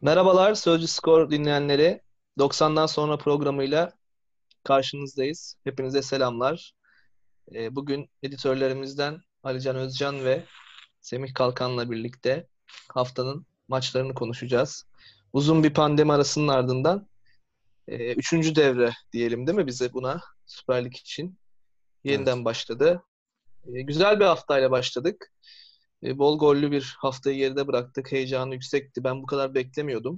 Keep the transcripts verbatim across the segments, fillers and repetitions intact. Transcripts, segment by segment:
Merhabalar Sözcü Skor dinleyenleri. doksandan sonra programıyla karşınızdayız. Hepinize selamlar. Ee, Bugün editörlerimizden Alican Özcan ve Semih Kalkan'la birlikte haftanın maçlarını konuşacağız. Uzun bir pandemi arasının ardından e, üçüncü devre diyelim değil mi bize buna Süper Lig için Evet. yeniden başladı. E, Güzel bir haftayla başladık. E, Bol gollü bir haftayı geride bıraktık. Heyecanı yüksekti. Ben bu kadar beklemiyordum.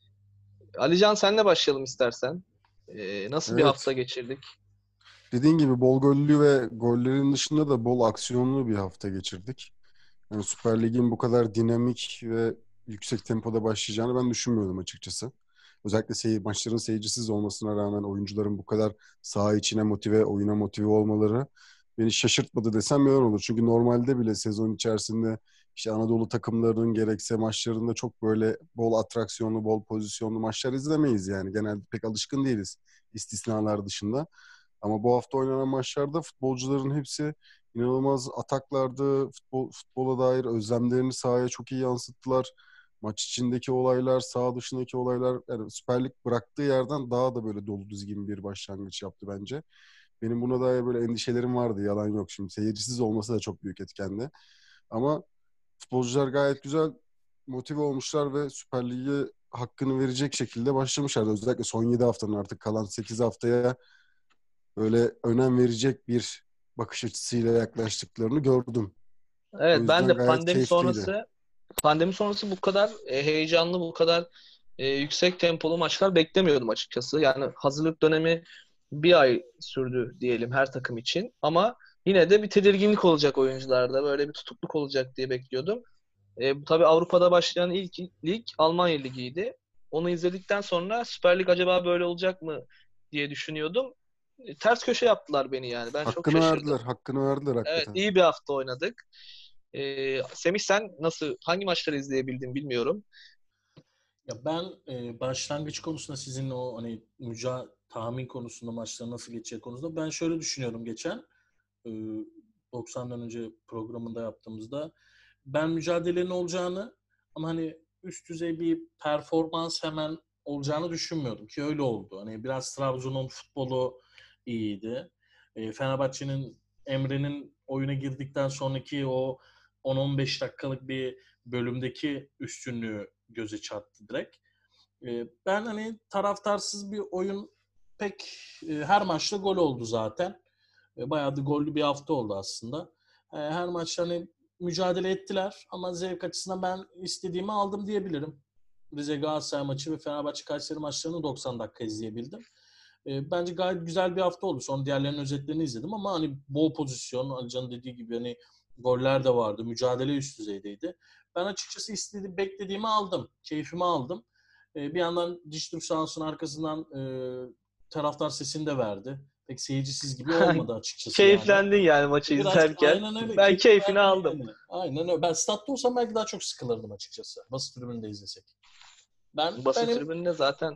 Alican senle başlayalım istersen. Ee, nasıl bir hafta Evet. geçirdik? Dediğin gibi bol gollü ve gollerin dışında da bol aksiyonlu bir hafta geçirdik. Yani Süper Lig'in bu kadar dinamik ve yüksek tempoda başlayacağını ben düşünmüyordum açıkçası. Özellikle seyir, maçların seyircisiz olmasına rağmen oyuncuların bu kadar saha içine motive, oyuna motive olmaları beni şaşırtmadı desem yalan olur. Çünkü normalde bile sezon içerisinde işte Anadolu takımlarının gerekse maçlarında çok böyle bol atraksiyonlu, bol pozisyonlu maçlar izlemeyiz yani. Genelde pek alışkın değiliz istisnalar dışında. Ama bu hafta oynanan maçlarda futbolcuların hepsi inanılmaz ataklardı. Futbol, futbola dair özlemlerini sahaya çok iyi yansıttılar. Maç içindeki olaylar, saha dışındaki olaylar, yani Süper Lig bıraktığı yerden daha da böyle dolu dizgin bir başlangıç yaptı bence. Benim buna dair böyle endişelerim vardı, yalan yok. Şimdi seyircisiz olması da çok büyük etkendi. Ama futbolcular gayet güzel motive olmuşlar ve Süper Lig'e hakkını verecek şekilde başlamışlardı. Özellikle son yedi haftanın artık kalan sekiz haftaya böyle önem verecek bir bakış açısıyla yaklaştıklarını gördüm. O Evet, ben yüzden de gayet pandemi keyifliydi. sonrası pandemi sonrası bu kadar e, heyecanlı, bu kadar e, yüksek tempolu maçlar beklemiyordum açıkçası. Yani hazırlık dönemi bir ay sürdü diyelim her takım için. Ama yine de bir tedirginlik olacak oyuncularda. Böyle bir tutukluk olacak diye bekliyordum. E, tabii Avrupa'da başlayan ilk lig Almanya Ligi'ydi. Onu izledikten sonra Süper Lig acaba böyle olacak mı diye düşünüyordum. E, ters köşe yaptılar beni yani. Ben çok Hakkını şaşırdım. verdiler, hakkını verdiler Evet, hakikaten. iyi bir hafta oynadık. Ee, Semih sen nasıl, hangi maçları izleyebildin bilmiyorum. Ya ben e, başlangıç konusunda sizin o hani müca tahmin konusunda maçların nasıl geçeceği konusunda ben şöyle düşünüyorum geçen e, doksandan önce programında yaptığımızda ben mücadelenin olacağını ama hani üst düzey bir performans hemen olacağını düşünmüyordum ki öyle oldu. Hani biraz Trabzon'un futbolu iyiydi. E, Fenerbahçe'nin Emre'nin oyuna girdikten sonraki o on on beş dakikalık bir bölümdeki üstünlüğü göze çarptı direkt. E, ben hani taraftarsız bir oyun pek e, her maçta gol oldu zaten. E, bayağı da gollü bir hafta oldu aslında. E, her maçta hani mücadele ettiler ama zevk açısından ben istediğimi aldım diyebilirim. Rize Galatasaray maçı ve Fenerbahçe Kayseri maçlarını doksan dakika izleyebildim. E, bence gayet güzel bir hafta oldu. Sonra diğerlerinin özetlerini izledim ama hani bol pozisyon, Alican'ın dediği gibi hani goller de vardı. Mücadele üst düzeydeydi. Ben açıkçası istediğim, beklediğimi aldım. Keyfimi aldım. E, bir yandan Diş sağ olsun arkasından e, taraftar sesini de verdi. Pek seyircisiz gibi olmadı açıkçası yani. Keyiflendin yani maçı Biraz izlerken. aynen öyle. Ben Keyif keyfini verdi aldım. yani. Aynen öyle. Ben statta olsam belki daha çok sıkılırdım açıkçası. Basın tribününde izlesek. Ben Basın benim tribününde zaten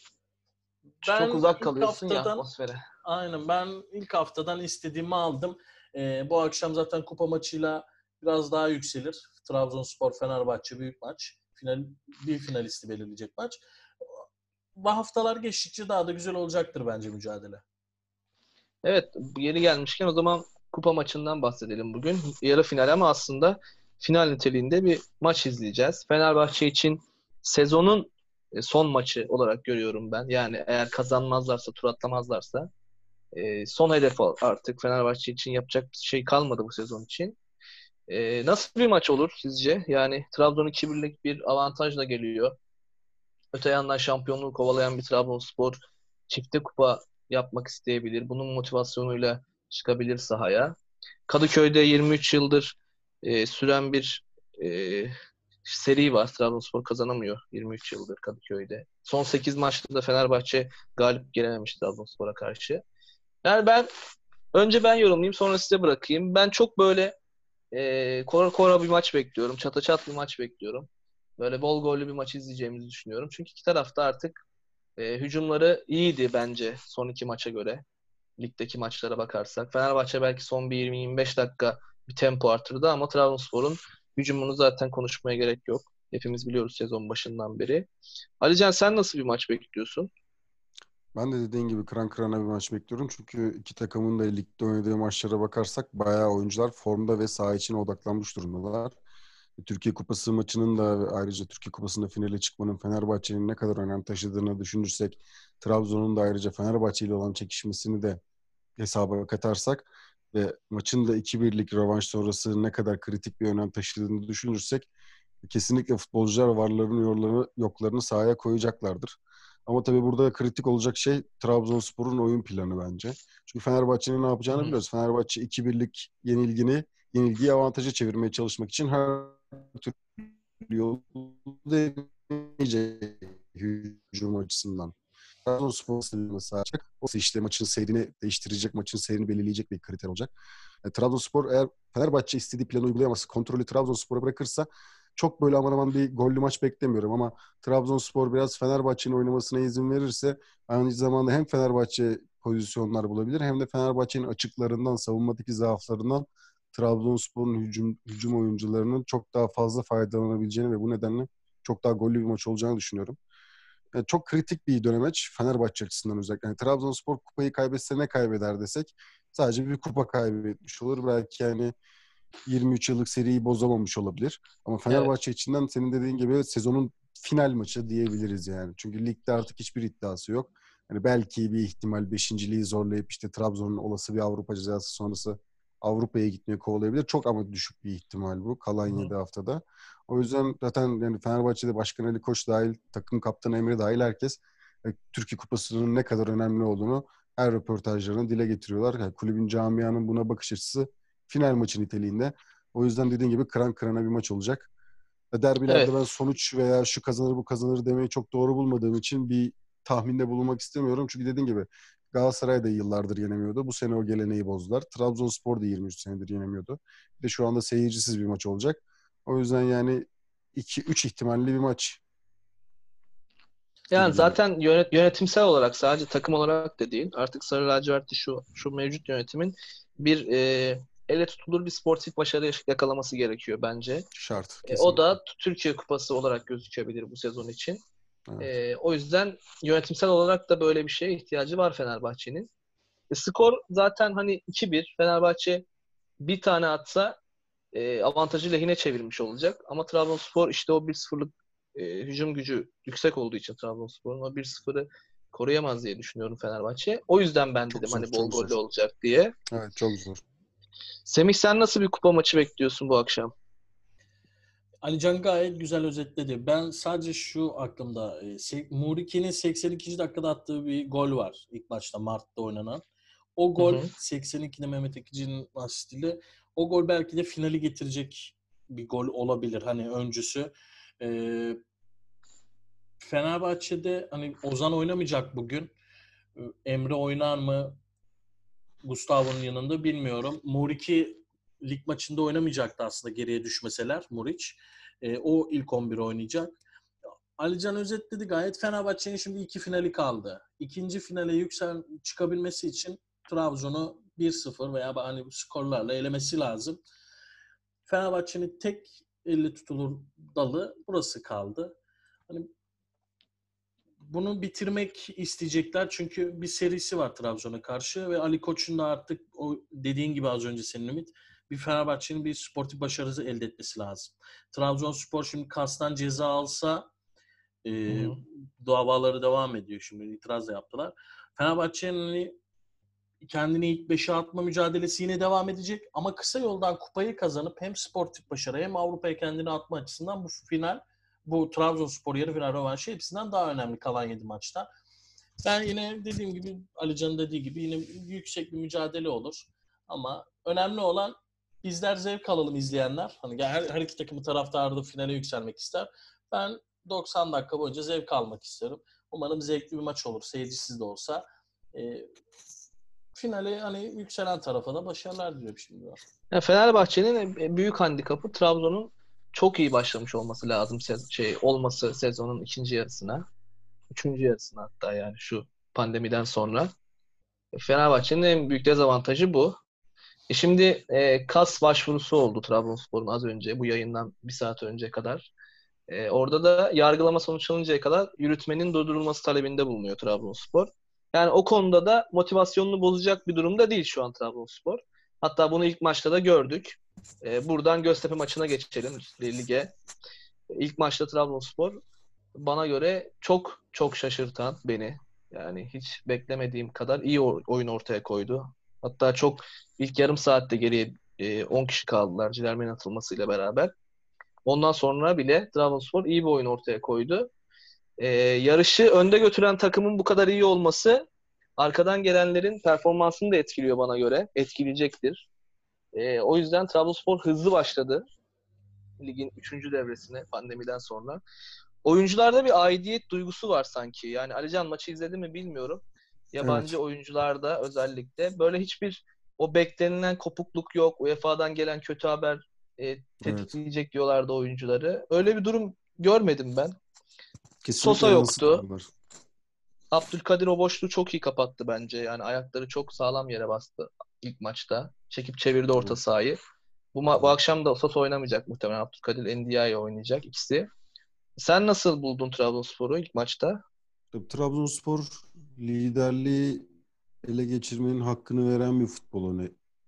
çok ben uzak ilk kalıyorsun ya haftadan atmosfere. aynen ben ilk haftadan istediğimi aldım. Ee, bu akşam zaten kupa maçıyla biraz daha yükselir. Trabzonspor Fenerbahçe büyük maç. Final bir finalisti belirleyecek maç. Bu haftalar geçtikçe daha da güzel olacaktır bence mücadele. Evet, yeri gelmişken o zaman kupa maçından bahsedelim bugün. Yarı final ama aslında final niteliğinde bir maç izleyeceğiz. Fenerbahçe için sezonun e, son maçı olarak görüyorum ben. Yani eğer kazanmazlarsa, tur atlamazlarsa e, son hedef artık Fenerbahçe için yapacak bir şey kalmadı bu sezon için. E, nasıl bir maç olur sizce? Yani Trabzon iki birlik bir avantajla geliyor. Öte yandan şampiyonluğu kovalayan bir Trabzonspor çifte kupa yapmak isteyebilir. Bunun motivasyonuyla çıkabilir sahaya. Kadıköy'de yirmi üç yıldır e, süren bir e, seri var. Trabzonspor kazanamıyor yirmi üç yıldır Kadıköy'de. Son sekiz maçta da Fenerbahçe galip gelememiş Trabzonspor'a karşı. Yani ben önce ben yorumlayayım sonra size bırakayım. Ben çok böyle e, kora kora bir maç bekliyorum. Çata çat bir maç bekliyorum. Böyle bol gollü bir maç izleyeceğimizi düşünüyorum. Çünkü iki tarafta artık e, hücumları iyiydi bence son iki maça göre. Ligdeki maçlara bakarsak. Fenerbahçe belki son bir yirmi yirmi beş dakika bir tempo artırdı ama Trabzonspor'un hücumunu zaten konuşmaya gerek yok. Hepimiz biliyoruz sezon başından beri. Alican, sen nasıl bir maç bekliyorsun? Ben de dediğin gibi kıran kırana bir maç bekliyorum. Çünkü iki takımın da ligde oynadığı maçlara bakarsak bayağı oyuncular formda ve saha içine odaklanmış durumdalar. Türkiye Kupası maçının da ve ayrıca Türkiye Kupası'nda finale çıkmanın Fenerbahçe'nin ne kadar önem taşıdığını düşünürsek, Trabzon'un da ayrıca Fenerbahçe ile olan çekişmesini de hesaba katarsak ve maçın da iki birlik rövanş sonrası ne kadar kritik bir önem taşıdığını düşünürsek kesinlikle futbolcular varlarını yorlarını, yoklarını sahaya koyacaklardır. Ama tabii burada kritik olacak şey Trabzonspor'un oyun planı bence. Çünkü Fenerbahçe'nin ne Hı yapacağını hı. biliyoruz. Fenerbahçe iki birlik yenilgini, yenilgiyi avantaja çevirmeye çalışmak için her türlü yolu deneyecek hücum açısından. Trabzonspor nasıl açacak? O işte maçın seyrini değiştirecek, maçın seyrini belirleyecek bir kriter olacak. Yani Trabzonspor eğer Fenerbahçe istediği planı uygulayamazsa, kontrolü Trabzonspor'a bırakırsa çok böyle aman aman bir gollü maç beklemiyorum ama Trabzonspor biraz Fenerbahçe'nin oynamasına izin verirse aynı zamanda hem Fenerbahçe pozisyonlar bulabilir hem de Fenerbahçe'nin açıklarından, savunmadaki zaaflarından Trabzonspor'un hücum, hücum oyuncularının çok daha fazla faydalanabileceğini ve bu nedenle çok daha gollü bir maç olacağını düşünüyorum. Yani çok kritik bir dönemeç Fenerbahçe açısından özellikle. Yani Trabzonspor kupayı kaybetse ne kaybeder desek sadece bir kupa kaybetmiş olur. Belki yani yirmi üç yıllık seriyi bozamamış olabilir. Ama Evet. Fenerbahçe içinden senin dediğin gibi sezonun final maçı diyebiliriz yani. Çünkü ligde artık hiçbir iddiası yok. Hani belki bir ihtimal beşinciliği zorlayıp işte Trabzon'un olası bir Avrupa cezası sonrası Avrupa'ya gitmeyi kovalayabilir. Çok ama düşük bir ihtimal bu kalan Hı hı. yedi haftada. O yüzden zaten yani Fenerbahçe'de Başkan Ali Koç dahil, takım kaptanı Emre dahil herkes e, Türkiye Kupası'nın ne kadar önemli olduğunu her röportajlarını dile getiriyorlar. Yani kulübün, camianın buna bakış açısı final maçı niteliğinde. O yüzden dediğin gibi kıran kırana bir maç olacak. Derbilerde Evet. ben sonuç veya şu kazanır bu kazanır demeyi çok doğru bulmadığım için bir tahminde bulunmak istemiyorum. Çünkü dediğin gibi Galatasaray da yıllardır yenemiyordu. Bu sene o geleneği bozdular. Trabzonspor da yirmi üç senedir yenemiyordu. Bir de şu anda seyircisiz bir maç olacak. O yüzden yani iki üç ihtimalli bir maç Yani gibi geliyor. zaten yönet, yönetimsel olarak sadece takım olarak da değil. Artık Sarı Lacivert'te şu şu mevcut yönetimin bir e, elle tutulur bir sportif başarı yakalaması gerekiyor bence. Şart E, o kesinlikle. da Türkiye Kupası olarak gözükebilir bu sezon için. Evet. E, o yüzden yönetimsel olarak da böyle bir şeye ihtiyacı var Fenerbahçe'nin. E, skor zaten hani iki bir. Fenerbahçe bir tane atsa e, avantajı lehine çevirmiş olacak. Ama Trabzonspor işte o bir sıfırlık e, hücum gücü yüksek olduğu için Trabzonspor'un o bir sıfırı koruyamaz diye düşünüyorum Fenerbahçe. O yüzden ben Çok dedim zor, hani bol çok gollü zor. olacak diye. Evet, çok zor. Semih, sen nasıl bir kupa maçı bekliyorsun bu akşam? Ali Can gayet güzel özetledi. Ben sadece şu aklımda. E, Se- Muriki'nin seksen ikinci dakikada attığı bir gol var. İlk maçta Mart'ta oynanan. O Hı gol hı. seksen ikide Mehmet Ekici'nin asistiyle. O gol belki de finali getirecek bir gol olabilir. Hani öncüsü. E, Fenerbahçe'de hani Ozan oynamayacak bugün. E, Emre oynar mı? Gustavo'nun yanında bilmiyorum. Muriqi lig maçında oynamayacaktı aslında geriye düşmeseler Muriç. E, o ilk on bir oynayacak. Alican özetledi gayet. Fenerbahçe'nin şimdi iki finali kaldı. İkinci finale yüksel çıkabilmesi için Trabzon'u bir sıfır veya hani skorlarla elemesi lazım. Fenerbahçe'nin tek elle tutulur dalı burası kaldı. Hani bunu bitirmek isteyecekler çünkü bir serisi var Trabzon'a karşı ve Ali Koç'un da artık o dediğin gibi az önce senin Ümit bir Fenerbahçe'nin bir sportif başarısı elde etmesi lazım. Trabzonspor şimdi kastan ceza alsa e, Hı hı. davaları devam ediyor şimdi itiraz da yaptılar. Fenerbahçe'nin hani kendini ilk beşe atma mücadelesi yine devam edecek ama kısa yoldan kupayı kazanıp hem sportif başarı hem Avrupa'ya kendini atma açısından bu final bu Trabzonspor yarı final rövanşı hepsinden daha önemli kalan yedi maçta. Ben yine dediğim gibi Alican'ın dediği gibi yine yüksek bir mücadele olur. Ama önemli olan bizler zevk alalım izleyenler. Hani her, her iki takımın taraftarı da finale yükselmek ister. Ben doksan dakika boyunca zevk almak isterim. Umarım zevkli bir maç olur. Seyircisiz de olsa. Ee, finale hani yükselen tarafa da başarılar diliyorum şimdi. Ya Fenerbahçe'nin en büyük handikapı Trabzon'un çok iyi başlamış olması lazım sez- şey olması sezonun ikinci yarısına, üçüncü yarısına hatta yani şu pandemiden sonra. Fenerbahçe'nin en büyük dezavantajı bu. E şimdi e, K A S başvurusu oldu Trabzonspor'un az önce bu yayından bir saat önce kadar. E, orada da yargılama sonuçlanıncaya kadar yürütmenin durdurulması talebinde bulunuyor Trabzonspor. Yani o konuda da motivasyonunu bozacak bir durumda değil şu an Trabzonspor. Hatta bunu ilk maçta da gördük. E, buradan Göztepe maçına geçelim lige. İlk maçta Trabzonspor bana göre çok çok şaşırtan beni. Yani hiç beklemediğim kadar iyi oyun ortaya koydu. Hatta çok ilk yarım saatte geriye e, on kişi kaldılar Cilermen'in atılmasıyla beraber. Ondan sonra bile Trabzonspor iyi bir oyun ortaya koydu. E, yarışı önde götüren takımın bu kadar iyi olması arkadan gelenlerin performansını da etkiliyor bana göre. Etkileyecektir. E, o yüzden Trabzonspor hızlı başladı ligin üçüncü devresine pandemiden sonra. Oyuncularda bir aidiyet duygusu var sanki. Yani Alican maçı izledi mi bilmiyorum. Yabancı Evet. oyuncularda özellikle böyle hiçbir o beklenilen kopukluk yok. U E F A'dan gelen kötü haber e, Evet. tetikleyecek diyorlardı oyuncuları. Öyle bir durum görmedim ben. Kesinlikle Sosa yoktu. yansıtmıyorlar. Abdülkadir o boşluğu çok iyi kapattı bence. Yani ayakları çok sağlam yere bastı ilk maçta. Çekip çevirdi orta Evet. sahayı. Bu, ma- bu akşam da Sosa oynamayacak muhtemelen. Abdülkadir Ndiaye oynayacak ikisi. Sen nasıl buldun Trabzonspor'u ilk maçta? Tabii Trabzonspor liderliği ele geçirmenin hakkını veren bir futbol öne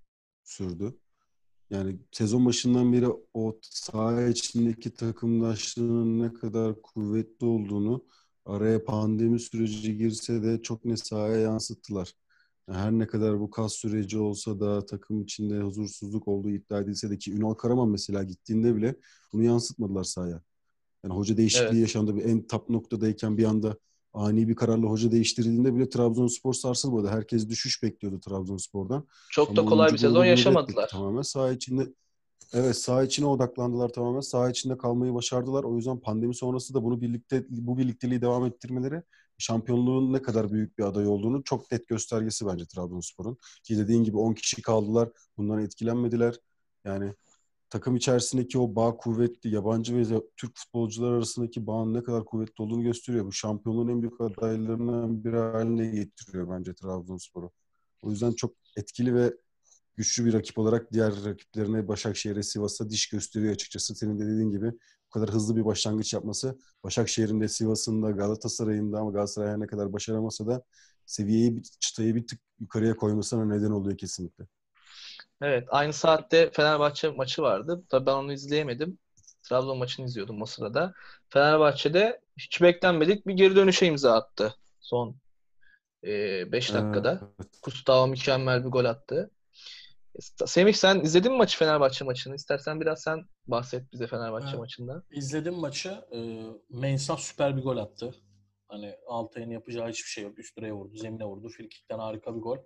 sürdü. Yani sezon başından beri o saha içindeki takımdaşlığının ne kadar kuvvetli olduğunu araya pandemi süreci girse de çok net sahaya yansıttılar. Yani her ne kadar bu kas süreci olsa da takım içinde huzursuzluk olduğu iddia edilse de ki Ünal Karaman mesela gittiğinde bile bunu yansıtmadılar sahaya. Yani hoca değişikliği Evet. yaşandı. Bir en top noktadayken bir anda ani bir kararla hoca değiştirildiğinde bile Trabzonspor sarsılmadı. Herkes düşüş bekliyordu Trabzonspor'dan. Çok Ama da kolay bir oyuncu sezon grubu bunu reddetti yaşamadılar. tamamen. Saha içinde evet saha içine odaklandılar tamamen. Saha içinde kalmayı başardılar. O yüzden pandemi sonrası da bunu birlikte bu birlikteliği devam ettirmeleri şampiyonluğun ne kadar büyük bir aday olduğunu çok net göstergesi bence Trabzonspor'un. Ki dediğin gibi on kişi kaldılar. Bundan etkilenmediler. Yani takım içerisindeki o bağ kuvvetli, yabancı ve Türk futbolcular arasındaki bağın ne kadar kuvvetli olduğunu gösteriyor. Bu şampiyonluğun en büyük adaylarından biri haline getiriyor bence Trabzonspor'u. O yüzden çok etkili ve güçlü bir rakip olarak diğer rakiplerine Başakşehir'e, Sivas'a diş gösteriyor açıkçası. Senin de dediğin gibi bu kadar hızlı bir başlangıç yapması Başakşehir'in de Sivas'ın da Galatasaray'ın da ama Galatasaray her ne kadar başaramasa da seviyeyi, çıtayı bir tık yukarıya koymasına neden oluyor kesinlikle. Evet, aynı saatte Fenerbahçe maçı vardı. Tabii ben onu izleyemedim. Trabzon maçını izliyordum o sırada. Fenerbahçe'de hiç beklenmedik bir geri dönüşe imza attı son beş dakikada. Evet. Gustavo mükemmel bir gol attı. Semih sen izledin mi maçı Fenerbahçe maçını? İstersen biraz sen bahset bize Fenerbahçe Ben maçından. izledim maçı. E, Mensah süper bir gol attı. Hani Altay'ın yapacağı hiçbir şey yok. Üst direğe vurdu, zemine vurdu. Frikikten harika bir gol.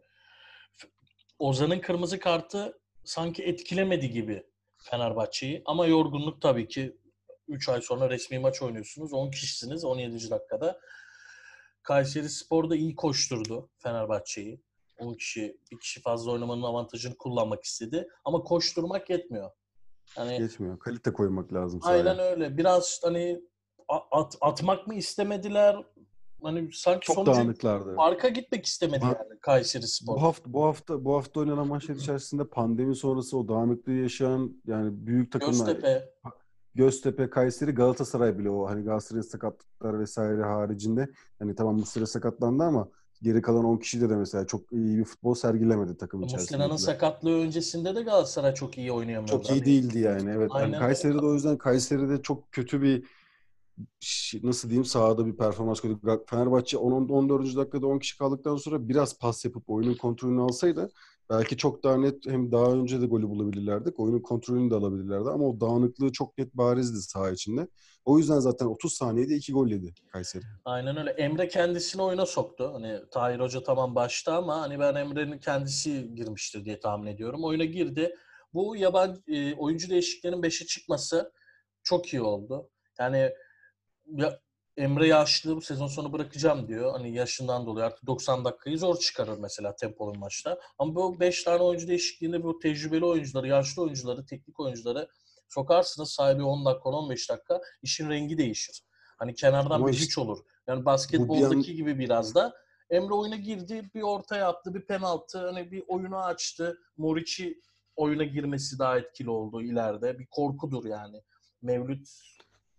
Ozan'ın kırmızı kartı sanki etkilemedi gibi Fenerbahçe'yi. Ama yorgunluk tabii ki. üç ay sonra resmi maç oynuyorsunuz. on kişisiniz on yedinci dakikada. Kayserispor da iyi koşturdu Fenerbahçe'yi. on kişi, bir kişi fazla oynamanın avantajını kullanmak istedi. Ama koşturmak yetmiyor. Yani Yetmiyor. Kalite koymak lazım aynen sahaya. öyle. Biraz hani at, atmak mı istemediler? Hani sanki Çok sonucu dağınıklardı. arka gitmek istemedi Pa- yani Kayserispor. Bu hafta bu hafta bu hafta oynanan maçlar içerisinde pandemi sonrası o dağınıklığı yaşayan yani büyük takımlar Göztepe. Göztepe, Kayseri, Galatasaray bile o hani Galatasaray sakatlıklar vesaire haricinde hani tamam Muslera sakatlandı ama geri kalan on kişi de de mesela çok iyi bir futbol sergilemedi takım Muslera'nın içerisindekiler. sakatlığı öncesinde de Galatasaray çok iyi oynayamıyordu. Çok iyi Hani değildi yani evet. Hani aynen öyle. Kayseri'de o yüzden Kayseri'de çok kötü bir ş- nasıl diyeyim sahada bir performans koydu. Fenerbahçe on on dördüncü dakikada on kişi kaldıktan sonra biraz pas yapıp oyunun kontrolünü alsaydı belki çok daha net hem daha önce de golü bulabilirlerdi. Oyunun kontrolünü de alabilirlerdi ama o dağınıklığı çok net barizdi saha içinde. O yüzden zaten otuz saniyede iki gol yedi Kayseri. Aynen öyle. Emre kendisini oyuna soktu. Hani Tahir Hoca tamam başta ama hani ben Emre'nin kendisi girmiştir diye tahmin ediyorum. Oyuna girdi. Bu yabancı e, oyuncu değişikliklerinin beşe çıkması çok iyi oldu. Yani ya, Emre yaşlı bu sezon sonu bırakacağım diyor. Hani yaşından dolayı artık doksan dakikayı zor çıkarır mesela tempolu maçta. Ama bu beş tane oyuncu değişikliğinde bu tecrübeli oyuncuları, yaşlı oyuncuları, teknik oyuncuları sokarsınız sahibi on dakika, on beş dakika işin rengi değişir. Hani kenardan Ama bir işte güç olur. Yani bu bir yan basketboldaki gibi biraz da Emre oyuna girdi, bir orta yaptı, bir penaltı, hani bir oyunu açtı. Moriç'i oyuna girmesi daha etkili oldu ileride. Bir korkudur yani. Mevlüt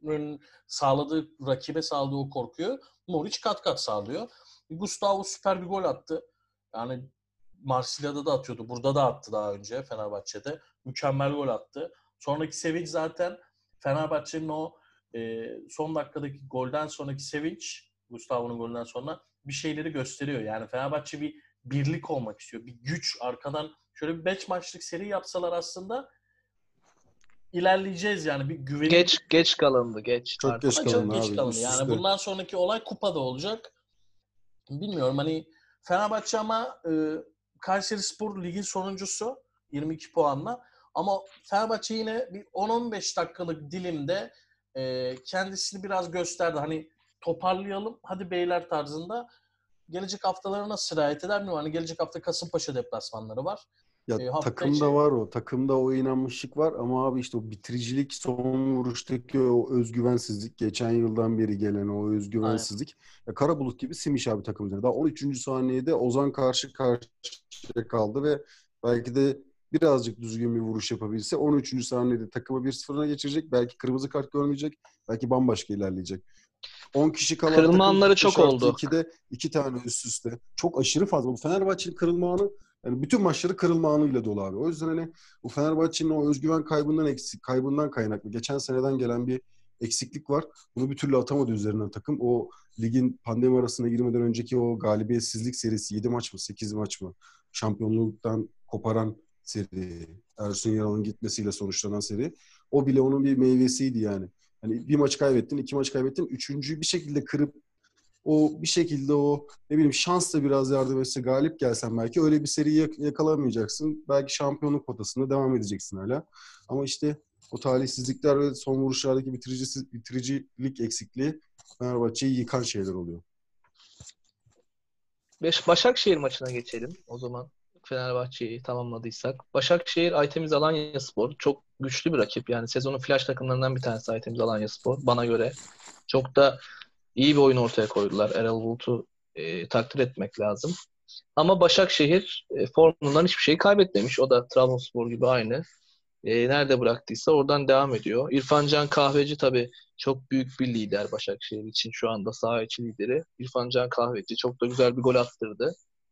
sağladığı, rakibe sağladığı o korkuyu Moric kat kat sağlıyor. Gustavo süper bir gol attı. Yani Marsilya'da da atıyordu. Burada da attı daha önce Fenerbahçe'de. Mükemmel gol attı. Sonraki sevinç zaten Fenerbahçe'nin o e, son dakikadaki golden sonraki sevinç, Gustavo'nun golünden sonra bir şeyleri gösteriyor. Yani Fenerbahçe bir birlik olmak istiyor. Bir güç arkadan şöyle bir beş maçlık seri yapsalar aslında ilerleyeceğiz yani. Bir güvenim. Geç geç kalındı geç Çok artık. geç Ama kalın çok geç abi. kalındı. Üst Yani üste. bundan sonraki olay kupada olacak. Bilmiyorum hani Fenerbahçe ama e, Kayserispor ligin sonuncusu yirmi iki puanla. Ama Fenerbahçe yine bir on on beş dakikalık dilimde e, kendisini biraz gösterdi. Hani toparlayalım hadi beyler tarzında. Gelecek haftalara nasıl sirayet eder mi? Hani gelecek hafta Kasımpaşa deplasmanları var. Ya E, hafta takımda içi var o. Takımda o inanmışlık var ama abi işte o bitiricilik, son vuruştaki o özgüvensizlik, geçen yıldan beri gelen o aynen. özgüvensizlik. Ya kara bulut gibi simiş abi takım üzerinde. Daha on üçüncü saniyede Ozan karşı karşıya kaldı ve belki de birazcık düzgün bir vuruş yapabilse on üçüncü saniyede takımı bir sıfıra geçirecek. Belki kırmızı kart görmeyecek. Belki bambaşka ilerleyecek. on kişi kalan Kırılma takım anları kırk beş çok artı oldu. ikide iki tane üst üste. Çok aşırı fazla. Bu Fenerbahçe'nin kırılma anı yani bütün maçları kırılma anıyla dolu abi. O yüzden hani bu Fenerbahçe'nin o özgüven kaybından eksik, kaybından kaynaklı. Geçen seneden gelen bir eksiklik var. Bunu bir türlü atamadı üzerinden takım. O ligin pandemi arasına girmeden önceki o galibiyetsizlik serisi yedi maç mı sekiz maç mı? Şampiyonluktan koparan seri. Ersun Yanal'ın gitmesiyle sonuçlanan seri. O bile onun bir meyvesiydi yani. Hani bir maç kaybettin, iki maç kaybettin. Üçüncüyü bir şekilde kırıp o bir şekilde o ne bileyim şansla biraz yardım etse galip gelsen belki öyle bir seriyi yakalamayacaksın. Belki şampiyonluk potasında devam edeceksin hala. Ama işte o talihsizlikler ve son vuruşlardaki bitiricisiz, bitiricilik eksikliği Fenerbahçe'yi yıkan şeyler oluyor. Beş Başakşehir maçına geçelim o zaman. Fenerbahçe'yi tamamladıysak. Başakşehir Aytemiz Alanyaspor çok güçlü bir rakip. Yani sezonun flash takımlarından bir tanesi Aytemiz Alanyaspor bana göre. Çok da iyi bir oyun ortaya koydular. Erol Bulut'u e, takdir etmek lazım. Ama Başakşehir e, formundan hiçbir şey kaybetmemiş. O da Trabzonspor gibi aynı. E, nerede bıraktıysa oradan devam ediyor. İrfan Can Kahveci tabii çok büyük bir lider Başakşehir için. Şu anda saha içi lideri. İrfan Can Kahveci çok da güzel bir gol attırdı.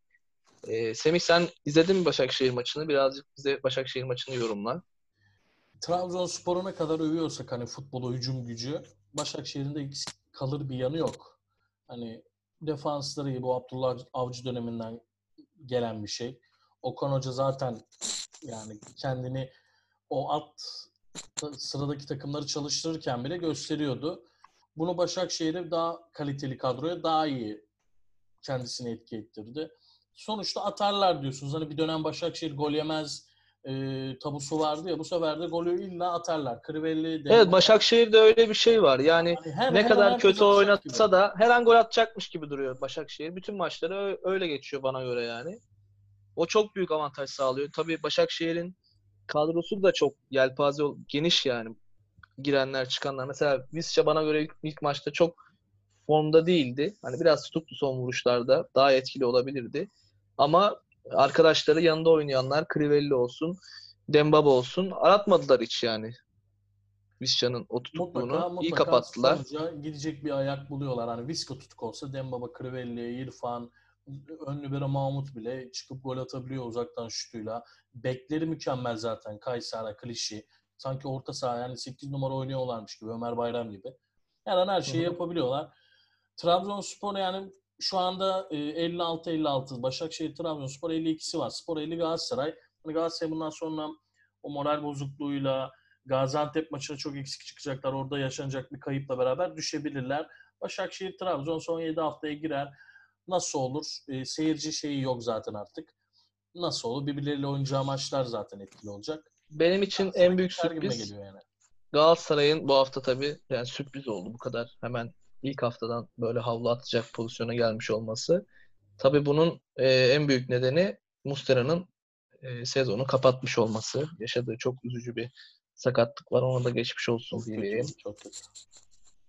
E, Semih sen izledin mi Başakşehir maçını? Birazcık bize Başakşehir maçını yorumla. Trabzonspor'u ne kadar övüyorsak hani futbolu, hücum gücü, Başakşehir'in de eksik kalır bir yanı yok. Hani defansları gibi bu Abdullah Avcı döneminden gelen bir şey. Okan Hoca zaten yani kendini o alt sıradaki takımları çalıştırırken bile gösteriyordu. Bunu Başakşehir'e daha kaliteli kadroya daha iyi kendisini etki ettirdi. Sonuçta atarlar diyorsunuz. Hani bir dönem Başakşehir gol yemez e, tabusu vardı ya. Bu sefer de golü illa atarlar. Crivelli, Evet, Dembaba. Başakşehir'de öyle bir şey var. Yani Hani her, ne her an kadar herkes kötü atacak gibi. oynatsa da her an gol atacakmış gibi duruyor Başakşehir. Bütün maçları ö- öyle geçiyor bana göre yani. O çok büyük avantaj sağlıyor. Tabii Başakşehir'in kadrosu da çok yelpaze, geniş yani. Girenler, çıkanlar. Mesela Visca bana göre ilk, ilk maçta çok formda değildi. Hani biraz tutuklu son vuruşlarda daha etkili olabilirdi. Ama arkadaşları yanında oynayanlar Crivelli olsun, Dembaba olsun aratmadılar hiç yani. Visca'nın o Mutlaka tutukluğunu iyi mutlaka kapattılar. sonuca gidecek bir ayak buluyorlar. Hani Visca tutuk olsa Dembaba, Crivelli, İrfan, ön libero Mahmut bile çıkıp gol atabiliyor uzaktan şutuyla. Bekleri mükemmel zaten. Kaysara, Klişi. Sanki orta saha yani sekiz numara oynuyorlarmış gibi. Ömer Bayram gibi. Her an her Hı şeyi hı. yapabiliyorlar. Trabzonspor yani şu anda elli altı elli altı. Başakşehir, Trabzonspor elli ikisi var. Spor elli Galatasaray. Hani Galatasaray bundan sonra o moral bozukluğuyla Gaziantep maçına çok eksik çıkacaklar. Orada yaşanacak bir kayıpla beraber düşebilirler. Başakşehir, Trabzon son yedi haftaya girer. Nasıl olur? E, seyirci şeyi yok zaten artık. Nasıl olur? Birbirleriyle oynayacağı maçlar zaten etkili olacak. Benim için Galatasaray en büyük geçer gibime sürpriz geliyor yani. Galatasaray'ın bu hafta tabii yani sürpriz oldu bu kadar hemen ilk haftadan böyle havlu atacak pozisyona gelmiş olması. Tabii bunun e, en büyük nedeni Muslera'nın e, sezonu kapatmış olması. Yaşadığı çok üzücü bir sakatlık var. Ona da geçmiş olsun Çok diyeyim. kötü, çok kötü.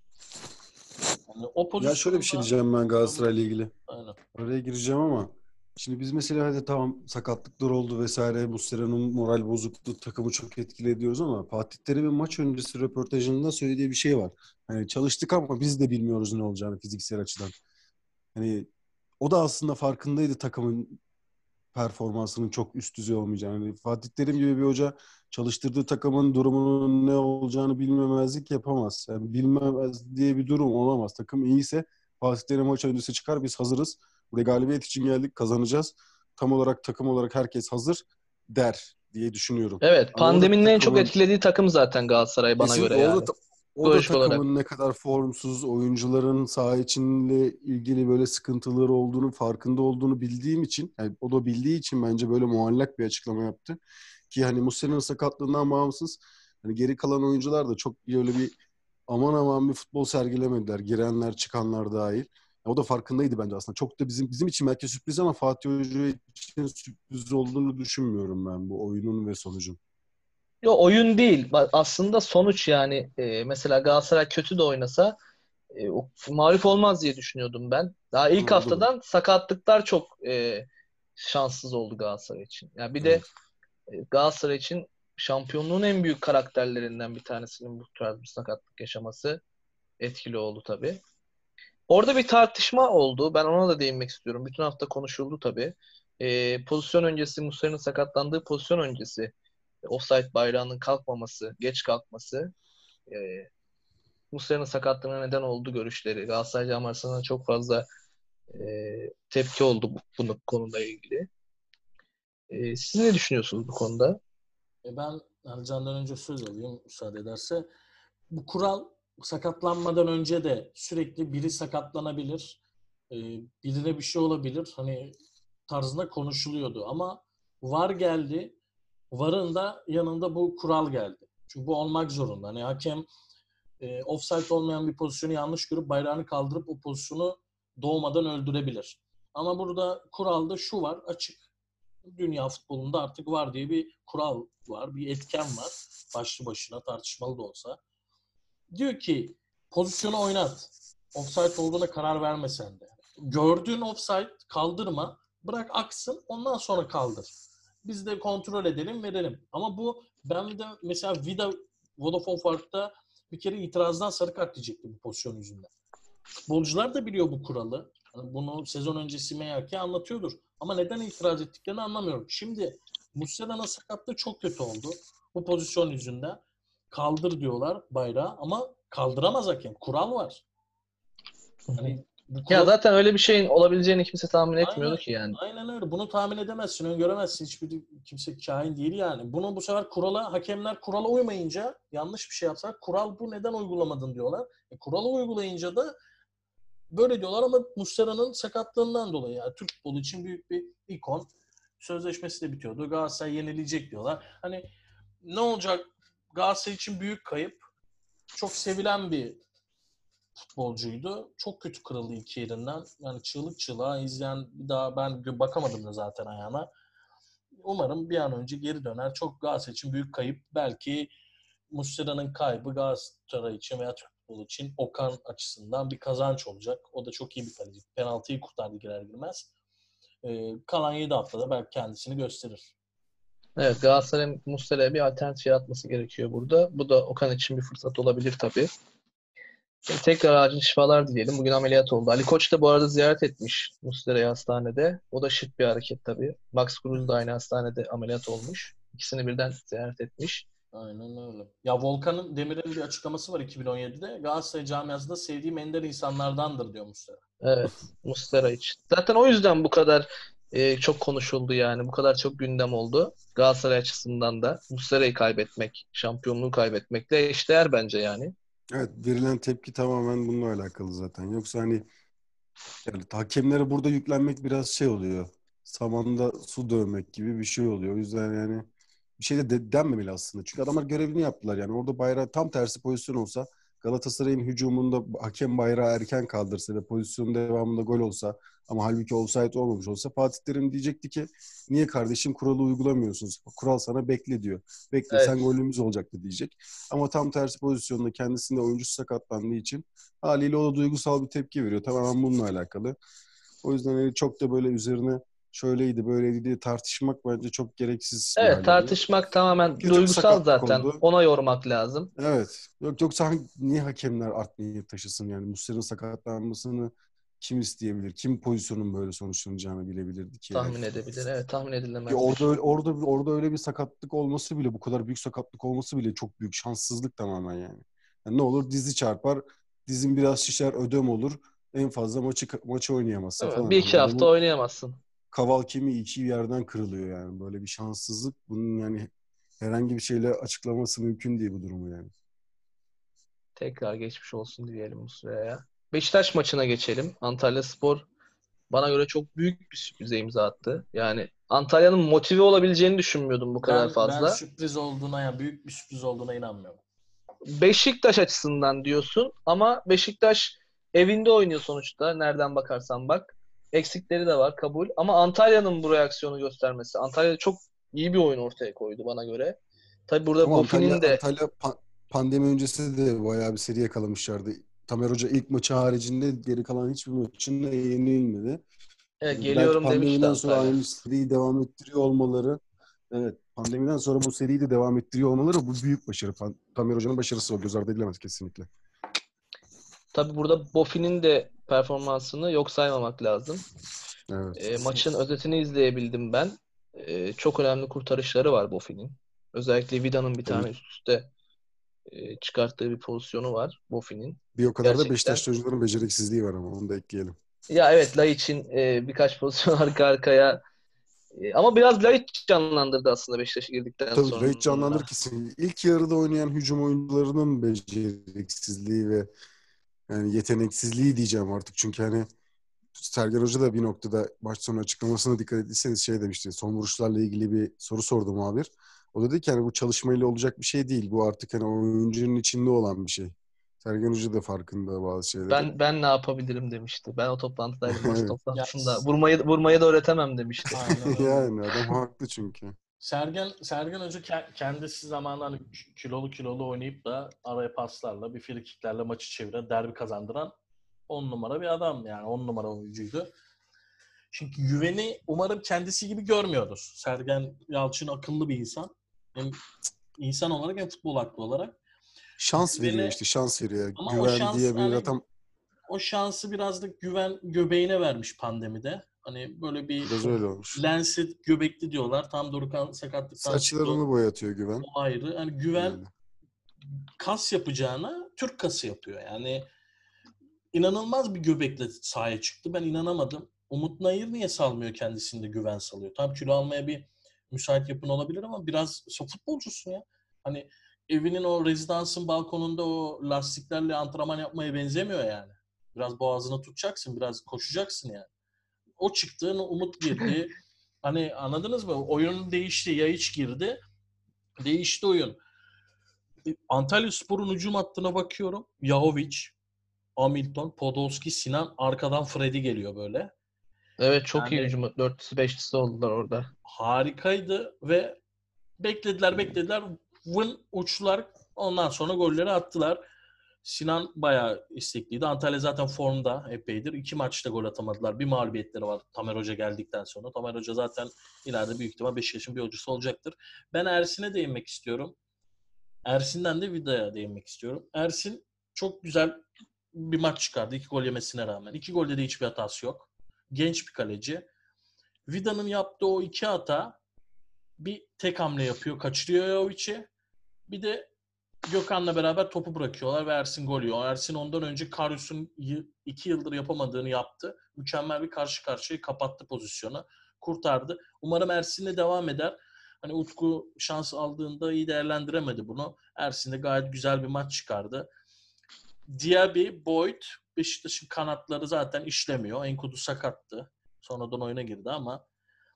Yani o Ya şöyle bir şey pozisyonda diyeceğim ben Galatasaray'la ilgili. aynen. Araya gireceğim ama Şimdi biz mesela hadi tamam sakatlıklar oldu vesaire. Muslera'nın moral bozukluğu takımı çok etkili ediyoruz ama Fatih Terim'in maç öncesi röportajında söylediği bir şey var. Hani çalıştık ama biz de bilmiyoruz ne olacağını fiziksel açıdan. Hani o da aslında farkındaydı takımın performansının çok üst düzey olmayacağını. Yani Fatih Terim gibi bir hoca çalıştırdığı takımın durumunun ne olacağını bilmemezlik yapamaz. Yani bilmemez diye bir durum olamaz. Takım iyiyse Fatih Terim maç öncesi çıkar, biz hazırız. Buraya galibiyet için geldik, kazanacağız. Tam olarak takım olarak herkes hazır der diye düşünüyorum. Evet, Ama o da pandeminin en çok takımın etkilediği takım zaten Galatasaray bana göre kesinlikle o da yani. ta- o da Psikolojik olarak. takımın ne kadar formsuz, oyuncuların saha içinde ilgili böyle sıkıntıları olduğunu, farkında olduğunu bildiğim için, yani o da bildiği için bence böyle muallak bir açıklama yaptı. Ki hani Muslera'nın sakatlığından bağımsız hani geri kalan oyuncular da çok böyle bir aman aman bir futbol sergilemediler. Girenler, çıkanlar dahil. O da farkındaydı bence aslında. Çok da bizim bizim için belki sürpriz ama Fatih Hoca için sürpriz olduğunu düşünmüyorum ben bu oyunun ve sonucun. Yo, oyun değil. Bak, aslında sonuç yani. E, mesela Galatasaray kötü de oynasa e, o- mağlup olmaz diye düşünüyordum ben. Daha Ha, ilk o da var. haftadan sakatlıklar çok e, şanssız oldu Galatasaray için. Yani bir de Evet. e, Galatasaray için şampiyonluğun en büyük karakterlerinden bir tanesinin bu tarz bir sakatlık yaşaması etkili oldu tabii. Orada bir tartışma oldu. Ben ona da değinmek istiyorum. Bütün hafta konuşuldu tabii. E, pozisyon öncesi, Muslera'nın sakatlandığı pozisyon öncesi e, offside bayrağının kalkmaması, geç kalkması e, Muslera'nın sakatlığına neden oldu görüşleri. Galatasaray camiasından çok fazla e, tepki oldu bu, bunu konuyla ilgili. E, siz ne düşünüyorsunuz bu konuda? E ben yani Can'dan önce söz alayım müsaade ederse. Bu kural sakatlanmadan önce de sürekli biri sakatlanabilir, e, birine bir şey olabilir hani tarzında konuşuluyordu. Ama VAR geldi, VAR'ın da yanında bu kural geldi. Çünkü bu olmak zorunda. Hani hakem e, offside olmayan bir pozisyonu yanlış görüp bayrağını kaldırıp o pozisyonu doğmadan öldürebilir. Ama burada kuralda şu var, açık. Dünya futbolunda artık var diye bir kural var, bir etken var. Başlı başına tartışmalı da olsa. Diyor ki pozisyonu oynat. Offside olduğuna karar vermesen de. Gördüğün offside kaldırma. Bırak aksın ondan sonra kaldır. Biz de kontrol edelim verelim. Ama bu ben de mesela Vida Vodafone Park'ta bir kere itirazdan sarı kart diyecekti bu pozisyon yüzünden. Futbolcular da biliyor bu kuralı. Yani bunu sezon öncesi Meyerke anlatıyordur. Ama neden itiraz ettiklerini anlamıyorum. Şimdi Muslera'nın sakatlığı çok kötü oldu. Bu pozisyon yüzünden. Kaldır diyorlar bayrağı ama kaldıramaz hakem. Kural var. Hani bu Ya kural zaten öyle bir şeyin olabileceğini kimse tahmin etmiyordu aynen, ki yani. aynen öyle. Bunu tahmin edemezsin, öngöremezsin. Hiçbir kimse kain değil yani. Bunu bu sefer kurala, hakemler kurala uymayınca yanlış bir şey yapsak kural bu neden uygulamadın diyorlar. E, kuralı uygulayınca da böyle diyorlar ama Muslera'nın sakatlığından dolayı yani Türk futbolu için büyük bir ikon. Sözleşmesi de bitiyordu. Galatasaray yenilecek diyorlar. Hani ne olacak? Galatasaray için büyük kayıp. Çok sevilen bir futbolcuydu. Çok kötü kırıldı iki yerinden. Yani çığlık çığlığa izleyen bir daha ben bakamadım da zaten ayağına. Umarım bir an önce geri döner. Çok Galatasaray için büyük kayıp. Belki Muslera'nın kaybı Galatasaray için veya Türk futbolu için Okan açısından bir kazanç olacak. O da çok iyi bir kaleci. Penaltıyı kurtardı girer girmez. Ee, kalan yedi haftada belki kendisini gösterir. Evet, Galatasaray'ın Muslera'ya bir alternatif yaratması gerekiyor burada. Bu da Okan için bir fırsat olabilir tabii. Şimdi tekrar acil şifalar dileyelim. Bugün ameliyat oldu. Ali Koç da bu arada ziyaret etmiş Muslera'yı hastanede. O da şık bir hareket tabii. Max Kruse da aynı hastanede ameliyat olmuş. İkisini birden ziyaret etmiş. Aynen öyle. Ya Volkan Demir'in bir açıklaması var iki bin on yedide. Galatasaray camiasında sevdiğim ender insanlardandır diyor Muslera. Evet, Muslera için. Zaten o yüzden bu kadar e, çok konuşuldu yani. Bu kadar çok gündem oldu. Galatasaray açısından da Muslera'yı kaybetmek, şampiyonluğu kaybetmekle eşdeğer bence yani. Evet, verilen tepki tamamen bununla alakalı zaten. Yoksa hani yani hakemlere burada yüklenmek biraz şey oluyor. Samanda su dövmek gibi bir şey oluyor. O yüzden yani bir şey de, de denmemeli aslında. Çünkü adamlar görevini yaptılar yani. Orada bayrağı tam tersi pozisyon olsa Galatasaray'ın hücumunda hakem bayrağı erken kaldırsa ve pozisyonun devamında gol olsa ama halbuki offside olmamış olsa Fatih Terim diyecekti ki niye kardeşim kuralı uygulamıyorsunuz? Kural sana bekle diyor. Bekle sen Evet. golümüz olacaktı diyecek. Ama tam tersi pozisyonda kendisinde oyuncusu sakatlandığı için haliyle o da duygusal bir tepki veriyor. Tamamen bununla alakalı. O yüzden hani çok da böyle üzerine şöyleydi böyleydi diye tartışmak bence çok gereksiz bir Evet, hale geliyor. tartışmak tamamen Bir çok duygusal sakatlık zaten. oldu. Ona yormak lazım. Evet. Yok yoksa hangi- niye hakemler art niyet taşısın yani? Muslera'nın sakatlanmasını kim isteyebilir? Kim pozisyonun böyle sonuçlanacağını bilebilirdi ki yani? Tahmin edebilir. Evet, tahmin Ya edilemez bir orada şey. öyle, orada orada öyle bir sakatlık olması bile bu kadar büyük sakatlık olması bile çok büyük şanssızlık tamamen yani. Yani ne olur dizi çarpar, dizin biraz şişer, ödem olur. En fazla maçı maçı oynayamazsın Değil mi? falan. Bir Hani iki hafta adamın oynayamazsın. kaval kemiği iki yerden kırılıyor yani. Böyle bir şanssızlık bunun yani herhangi bir şeyle açıklaması mümkün değil bu durumu yani. Tekrar geçmiş olsun diyelim bu sıraya. Beşiktaş maçına geçelim. Antalyaspor bana göre çok büyük bir sürprize imza attı. Yani Antalya'nın motive olabileceğini düşünmüyordum bu kadar Ben ben fazla. sürpriz olduğuna, yani büyük bir sürpriz olduğuna inanmıyorum. Beşiktaş açısından diyorsun ama Beşiktaş evinde oynuyor sonuçta. Nereden bakarsan bak. Eksikleri de var, kabul. Ama Antalya'nın bu reaksiyonu göstermesi. Antalya çok iyi bir oyun ortaya koydu bana göre. Tabii burada Ama Antalya Bofi'nin de Antalya pa- pandemi öncesi de bayağı bir seri yakalamışlardı. Tamer Hoca ilk maçı haricinde geri kalan hiçbir maçında yenilmedi. e, Belki geliyorum demişti pandemiden sonra Antalya. aynı seriyi devam ettiriyor olmaları, evet, pandemiden sonra bu seriyi de devam ettiriyor olmaları bu büyük başarı. Pan- Tamer Hoca'nın başarısı o. Göz ardı edilemez kesinlikle. Tabii burada Bofi'nin de performansını yok saymamak lazım. Evet. E, maçın özetini izleyebildim ben. E, çok önemli kurtarışları var Bofi'nin. Özellikle Vida'nın bir Tabii. tane üst üste e, çıkarttığı bir pozisyonu var Bofi'nin. Bir o kadar da Gerçekten. Beşiktaşlı oyuncuların beceriksizliği var ama onu da ekleyelim. Ya evet, Laiç'in e, birkaç pozisyon arka arkaya e, ama biraz Laiç canlandırdı aslında Beşiktaş'a girdikten Tabii Laiç canlandır sonra. kesin. İlk yarıda oynayan hücum oyuncularının beceriksizliği ve yani yeteneksizliği diyeceğim artık. Çünkü hani Sergen Hoca da bir noktada maç sonu açıklamasına dikkat ettiyseniz şey demişti. Son vuruşlarla ilgili bir soru sordu muhabir. O dedi ki hani bu çalışmayla olacak bir şey değil. Bu artık hani oyuncunun içinde olan bir şey. Sergen Hoca da farkında bazı şeylerin. Ben ben ne yapabilirim demişti. Ben o toplantıdaydım, basın Evet. Ya, toplantısında. Vurmayı vurmayı da öğretemem demişti. aynen öyle. Yani adam haklı çünkü. Sergen Sergen Hoca ke- kendisi zamanında hani kilolu kilolu oynayıp da araya paslarla, bir frikiklerle maçı çeviren, derbi kazandıran on numara bir adam, yani on numara oyuncuydu. Çünkü güveni umarım kendisi gibi görmüyordur. Sergen Yalçın akıllı bir insan. Hem insan olarak hem futbol aklı olarak. Şans veriyor Güveni, işte şans veriyor. ama o Güven şans diye bir hani adam o şansı biraz da güven göbeğine vermiş pandemide. Hani böyle bir biraz öyle olmuş. lensi göbekli diyorlar. Tam Dorukhan sakatlıktan çıktı. Saçlarını boyatıyor O Güven. ayrı. Hani güven Öyle. kas yapacağına Türk kası yapıyor. Yani inanılmaz bir göbekle sahaya çıktı. Ben inanamadım. Umut Nayır niye salmıyor, kendisinde güven salıyor? Tam kilo almaya bir müsait yapın olabilir ama biraz futbolcusun ya. Hani evinin o rezidansın balkonunda o lastiklerle antrenman yapmaya benzemiyor yani. Biraz boğazını tutacaksın, biraz koşacaksın yani. O çıktı, Umut girdi. Hani anladınız mı? Oyun değişti, Yayiç girdi. Değişti oyun. Antalyaspor'un hücum hattına bakıyorum. Yahovic, Hamilton, Podolski, Sinan, arkadan Freddy geliyor böyle. Evet, çok iyi Yani hücum. Dörtlüsü beşlisi oldular orada. harikaydı ve beklediler beklediler. Vın uçtular. Ondan sonra golleri attılar. Sinan bayağı istekliydi. Antalya zaten formda epeydir. İki maçta gol atamadılar. Bir mağlubiyetleri var Tamer Hoca geldikten sonra. Tamer Hoca zaten ileride büyük ihtimal Beşiktaş'ın bir hocusu olacaktır. Ben Ersin'e değinmek istiyorum. Ersin'den de Vida'ya değinmek istiyorum. Ersin çok güzel bir maç çıkardı. İki gol yemesine rağmen. İki golde de hiçbir hatası yok. Genç bir kaleci. Vida'nın yaptığı o iki hata, bir tek hamle yapıyor. Kaçırıyor Yovic'i. Bir de Gökhan'la beraber topu bırakıyorlar ve Ersin gol yiyor. Ersin ondan önce Karius'un iki yıldır yapamadığını yaptı. Mükemmel bir karşı karşıya kapattı pozisyonu. Kurtardı. Umarım Ersin'le devam eder. Hani Utku şans aldığında iyi değerlendiremedi bunu. Ersin de gayet güzel bir maç çıkardı. Diaby, Boyd, Beşiktaş'ın kanatları zaten işlemiyor. Enkudu sakattı. Sonradan oyuna girdi ama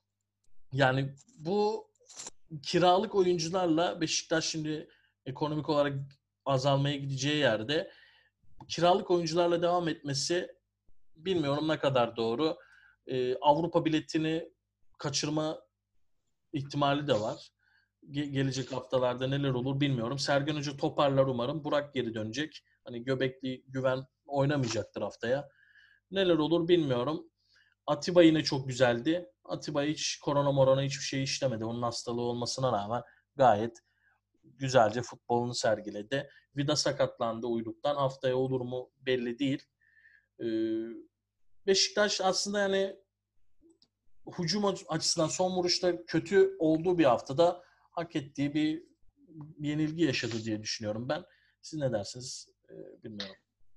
yani bu kiralık oyuncularla Beşiktaş şimdi ekonomik olarak azalmaya gideceği yerde kiralık oyuncularla devam etmesi bilmiyorum ne kadar doğru. Ee, Avrupa biletini kaçırma ihtimali de var. Ge- gelecek haftalarda neler olur bilmiyorum. Sergen Hoca toparlar umarım. Burak geri dönecek. Hani göbekli Güven oynamayacaktır haftaya. Neler olur bilmiyorum. Atiba yine çok güzeldi. Atiba hiç korona morona hiçbir şey işlemedi. Onun hastalığı olmasına rağmen gayet güzelce futbolunu sergiledi. Vida sakatlandı uyluktan. Haftaya olur mu belli değil. Ee, Beşiktaş aslında yani hücum açısından son vuruşta kötü olduğu bir haftada hak ettiği bir yenilgi yaşadı diye düşünüyorum ben. Siz ne dersiniz? Ee, bilmiyorum.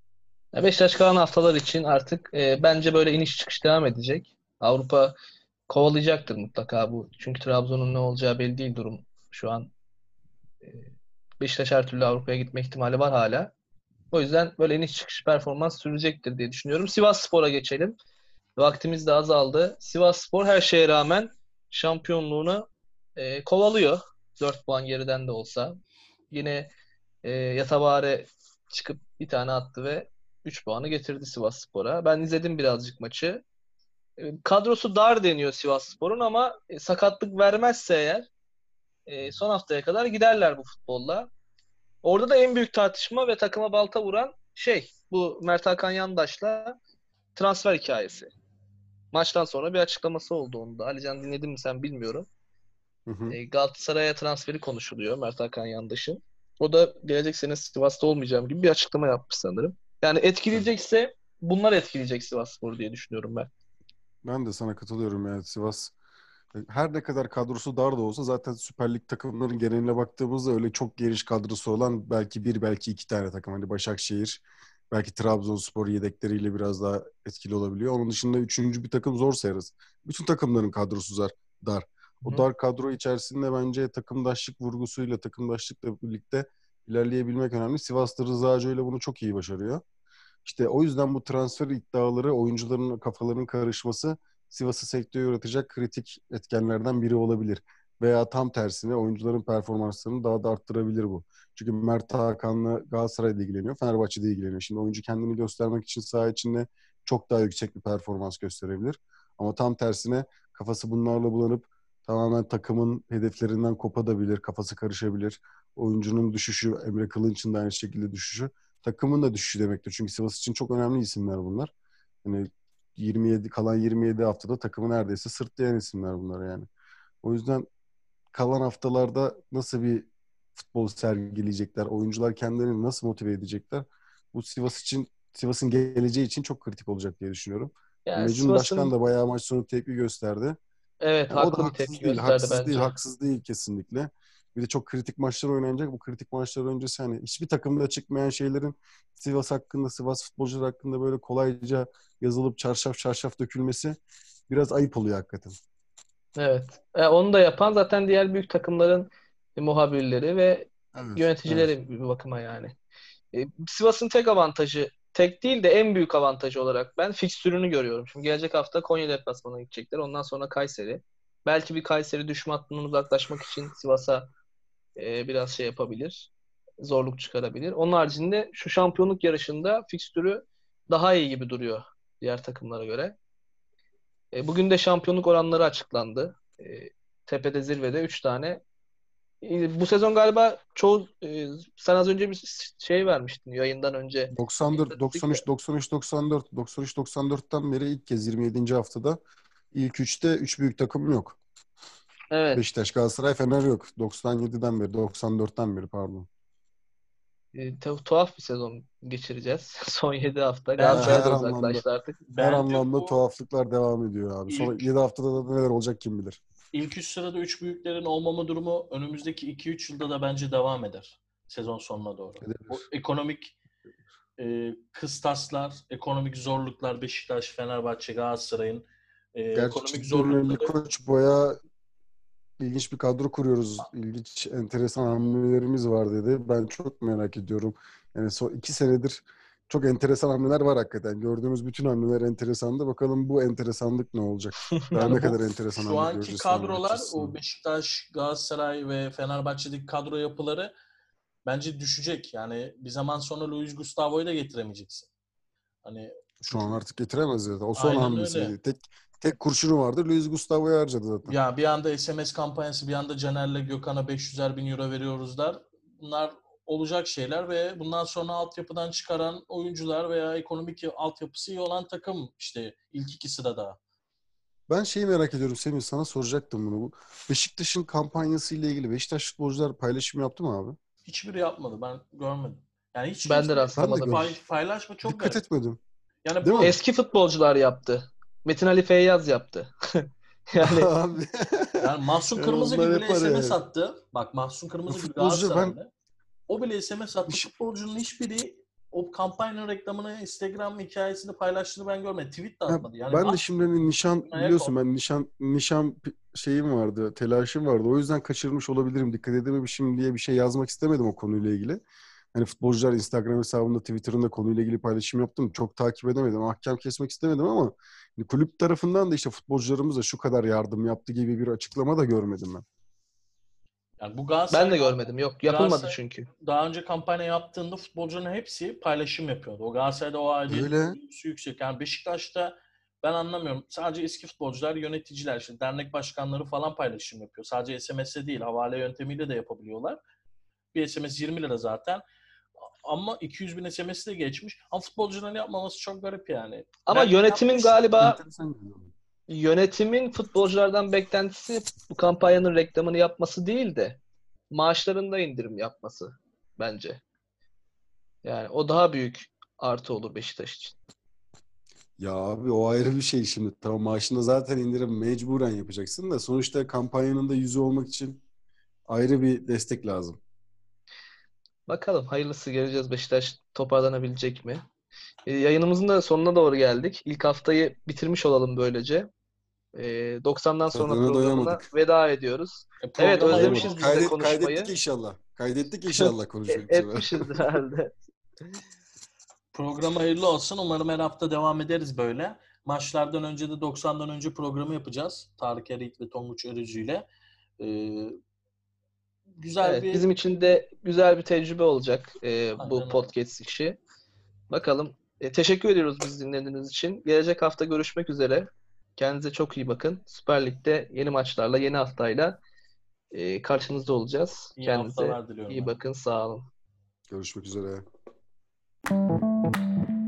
Ya Beşiktaş kalan haftalar için artık e, bence böyle iniş çıkış devam edecek. Avrupa kovalayacaktır mutlaka bu. Çünkü Trabzon'un ne olacağı belli değil durum şu an. E, Beşiktaş her türlü Avrupa'ya gitme ihtimali var hala. O yüzden böyle iniş çıkış performans sürecektir diye düşünüyorum. Sivasspor'a geçelim. Vaktimiz de azaldı. Sivasspor her şeye rağmen şampiyonluğunu e, kovalıyor. dört puan geriden de olsa. Yine e, Yatabare çıkıp bir tane attı ve üç puanı getirdi Sivasspor'a. Ben izledim birazcık maçı. E, kadrosu dar deniyor Sivasspor'un ama e, sakatlık vermezse eğer e, son haftaya kadar giderler bu futbolla. Orada da en büyük tartışma ve takıma balta vuran şey bu Mert Hakan Yandaş'la transfer hikayesi. Maçtan sonra bir açıklaması oldu onun da. Alican dinledin mi sen bilmiyorum. Hı hı. E, Galatasaray'a transferi konuşuluyor Mert Hakan Yandaş'ın. O da gelecek sene Sivas'ta olmayacağım gibi bir açıklama yapmış sanırım. Yani etkileyecekse bunlar etkileyecek Sivasspor'u diye düşünüyorum ben. Ben de sana katılıyorum yani Sivas. Her ne kadar kadrosu dar da olsa zaten Süper Lig takımların geneline baktığımızda öyle çok geniş kadrosu olan belki bir belki iki tane takım. Hani Başakşehir, belki Trabzonspor yedekleriyle biraz daha etkili olabiliyor. Onun dışında üçüncü bir takım zor sayarız. Bütün takımların kadrosu dar. dar. O Hı-hı. dar kadro içerisinde bence takımdaşlık vurgusuyla, takımdaşlıkla birlikte ilerleyebilmek önemli. Sivas'ta Rıza Hoca ile bunu çok iyi başarıyor. İşte o yüzden bu transfer iddiaları, oyuncuların kafalarının karışması Sivas'ı sekteye uğratacak kritik etkenlerden biri olabilir. Veya tam tersine oyuncuların performanslarını daha da arttırabilir bu. Çünkü Mert Hakan'la Galatasaray'da ilgileniyor, Fenerbahçe'de ilgileniyor. Şimdi oyuncu kendini göstermek için saha içinde çok daha yüksek bir performans gösterebilir. Ama tam tersine kafası bunlarla bulanıp tamamen takımın hedeflerinden kopabilir, kafası karışabilir. Oyuncunun düşüşü, Emre Kılınç'ın da aynı şekilde düşüşü takımın da düşüşü demektir. Çünkü Sivas için çok önemli isimler bunlar. Yani yirmi yedi kalan yirmi yedi haftada takımı neredeyse sırtlayan isimler bunlar yani. O yüzden kalan haftalarda nasıl bir futbol sergileyecekler, oyuncular kendilerini nasıl motive edecekler? Bu Sivas için, Sivas'ın geleceği için çok kritik olacak diye düşünüyorum. Yani Mecnun Başkan Sivas'ın da bayağı maç sonu tepki gösterdi. evet Yani o da haklı bir tepki haksız değil, gösterdi haksız değil, bence. haksız değil kesinlikle. Bir de çok kritik maçlar oynanacak. Bu kritik maçlar öncesi hani hiçbir takımda çıkmayan şeylerin Sivas hakkında, Sivas futbolcular hakkında böyle kolayca yazılıp çarşaf çarşaf dökülmesi biraz ayıp oluyor hakikaten. Evet. E, onu da yapan zaten diğer büyük takımların e, muhabirleri ve Evet, evet. yöneticileri bir bakıma yani. E, Sivas'ın tek avantajı, tek değil de en büyük avantajı olarak ben fikstürünü görüyorum. Şimdi gelecek hafta Konya deplasmanına gidecekler. Ondan sonra Kayseri. Belki bir Kayseri düşme hattından uzaklaşmak için Sivas'a e, biraz şey yapabilir. Zorluk çıkarabilir. Onun haricinde şu şampiyonluk yarışında fikstürü daha iyi gibi duruyor diğer takımlara göre. E, bugün de şampiyonluk oranları açıklandı. E, tepede zirvede üç tane. E, bu sezon galiba çoğu e, sen az önce bir şey vermiştin yayından önce. doksan dört, İstatistikte. doksan üç, doksan üç, doksan dört, doksan üç, doksan dörtten beri ilk kez yirmi yedinci haftada ilk üçte üç büyük takım yok. Evet. Beşiktaş, Galatasaray, Fener yok. doksan yediden beri, doksan dörtten beri pardon. E, tu- tuhaf bir sezon geçireceğiz. Son yedi hafta. Her, Bence Galatasaray her da anlamda uzaklaştı artık. her bence anlamda bu tuhaflıklar devam ediyor abi. Sonra ilk yedi haftada da neler olacak kim bilir. ilk üç sırada üç büyüklerin olmama durumu önümüzdeki iki üç yılda da bence devam eder. Sezon sonuna doğru. O Edebilir. ekonomik e, kıstaslar, ekonomik zorluklar Beşiktaş, Fenerbahçe, Galatasaray'ın e, Gerçi ekonomik dün Ali zorlukları Koç bayağı ilginç bir kadro kuruyoruz. İlginç, enteresan hamlelerimiz var dedi. Ben çok merak ediyorum. Yani son iki senedir çok enteresan hamleler var hakikaten. Gördüğümüz bütün hamleler enteresandı. Bakalım bu enteresanlık ne olacak? Daha ne yani kadar bu enteresan şu hamle anki göreceğiz Fenerbahçe kadrolar o açısından. Beşiktaş, Galatasaray ve Fenerbahçe'deki kadro yapıları bence düşecek. Yani bir zaman sonra Luis Gustavo'yu da getiremeyeceksin. Hani Şu an çünkü artık getiremez zaten. O son aynen öyle. hamlesiydi. Tek tek kurşunu vardı. Luis Gustavo'yu harcadı zaten. Ya bir anda S M S kampanyası, bir anda Caner'le Gökhan'a beş yüzer bin euro veriyoruzlar. Bunlar olacak şeyler ve bundan sonra altyapıdan çıkaran oyuncular veya ekonomik altyapısı iyi olan takım işte ilk iki sırada. Ben şeyi merak ediyorum Semih, sana soracaktım bunu. Bu Beşiktaş'ın kampanyası ile ilgili Beşiktaş futbolcular paylaşım yaptı mı abi? Hiçbiri yapmadı. Ben görmedim. Yani hiç Ben de kimse Ben de rastlamadım. gör. pay, paylaşma çok Dikkat garip. etmedim. Yani Değil bu mi? Eski futbolcular yaptı. Metin Ali Feyyaz yaptı. Yani Abi. yani Mahsun Yani Kırmızıgül onlar bile yapar S M S yani. attı. Bak Mahsun Bu Kırmızıgül futbolcu ben Galatasaraylı. O bile S M S attı. iş- Futbolcunun hiçbiri o kampanyanın reklamını Instagram hikayesini paylaştığını ben görmedim. Tweet de ya atmadı. Yani ben de Mahsun şimdi hani nişan, ayak biliyorsun ol. ben nişan nişan pi- şeyim vardı, telaşım vardı. O yüzden kaçırmış olabilirim. Dikkat edememişim diye bir şey yazmak istemedim o konuyla ilgili. Hani futbolcular Instagram hesabında, Twitter'ında konuyla ilgili paylaşım yaptım. Çok takip edemedim. Ahkam kesmek istemedim ama hani kulüp tarafından da işte futbolcularımıza şu kadar yardım yaptı gibi bir açıklama da görmedim ben. Yani bu ben de Galatasaray görmedim. Yok, yapılmadı Galatasaray çünkü. daha önce kampanya yaptığında futbolcuların hepsi paylaşım yapıyordu. O Galatasaray'da o aidiyet Öyle. duygusu yüksek. Yani Beşiktaş'ta ben anlamıyorum. Sadece eski futbolcular, yöneticiler, işte dernek başkanları falan paylaşım yapıyor. Sadece S M S'e değil, havale yöntemiyle de yapabiliyorlar. Bir S M S yirmi lira zaten. Ama iki yüz bin S M S'i de geçmiş. Ama futbolcuların yapmaması çok garip yani. Ama Belki yönetimin yapmıştır. galiba Enteresan geliyor. yönetimin futbolculardan beklentisi bu kampanyanın reklamını yapması değil de maaşlarında indirim yapması bence. Yani o daha büyük artı olur Beşiktaş için. Ya abi o ayrı bir şey şimdi. Tamam, maaşında zaten indirim mecburen yapacaksın da sonuçta kampanyanın da yüzü olmak için ayrı bir destek lazım. Bakalım hayırlısı, göreceğiz Beşiktaş toparlanabilecek mi? E, yayınımızın da sonuna doğru geldik. İlk haftayı bitirmiş olalım böylece. E, doksandan sonra Tadına programına doyamadık. veda ediyoruz. E, Evet, program hayırlı Doyamadık. özlemişiz biz olsun. de Kaydet, kaydettik konuşmayı. inşallah. Kaydettik inşallah E, konuşmak üzere. etmişizdir herhalde. Program hayırlı olsun. Umarım her hafta devam ederiz böyle. Maçlardan önce de doksandan önce programı yapacağız. Tarık Erik ve Tonguç Örücü ile. Ee, güzel Evet, bir... bizim için de güzel bir tecrübe olacak e, bu Aynen öyle. podcast işi. Bakalım. E, teşekkür ediyoruz biz dinlediğiniz için. Gelecek hafta görüşmek üzere. Kendinize çok iyi bakın. Süper Lig'de yeni maçlarla, yeni haftayla e, karşınızda olacağız. İyi Kendinize haftalar diliyorum iyi ben. bakın. Sağ olun. Görüşmek üzere.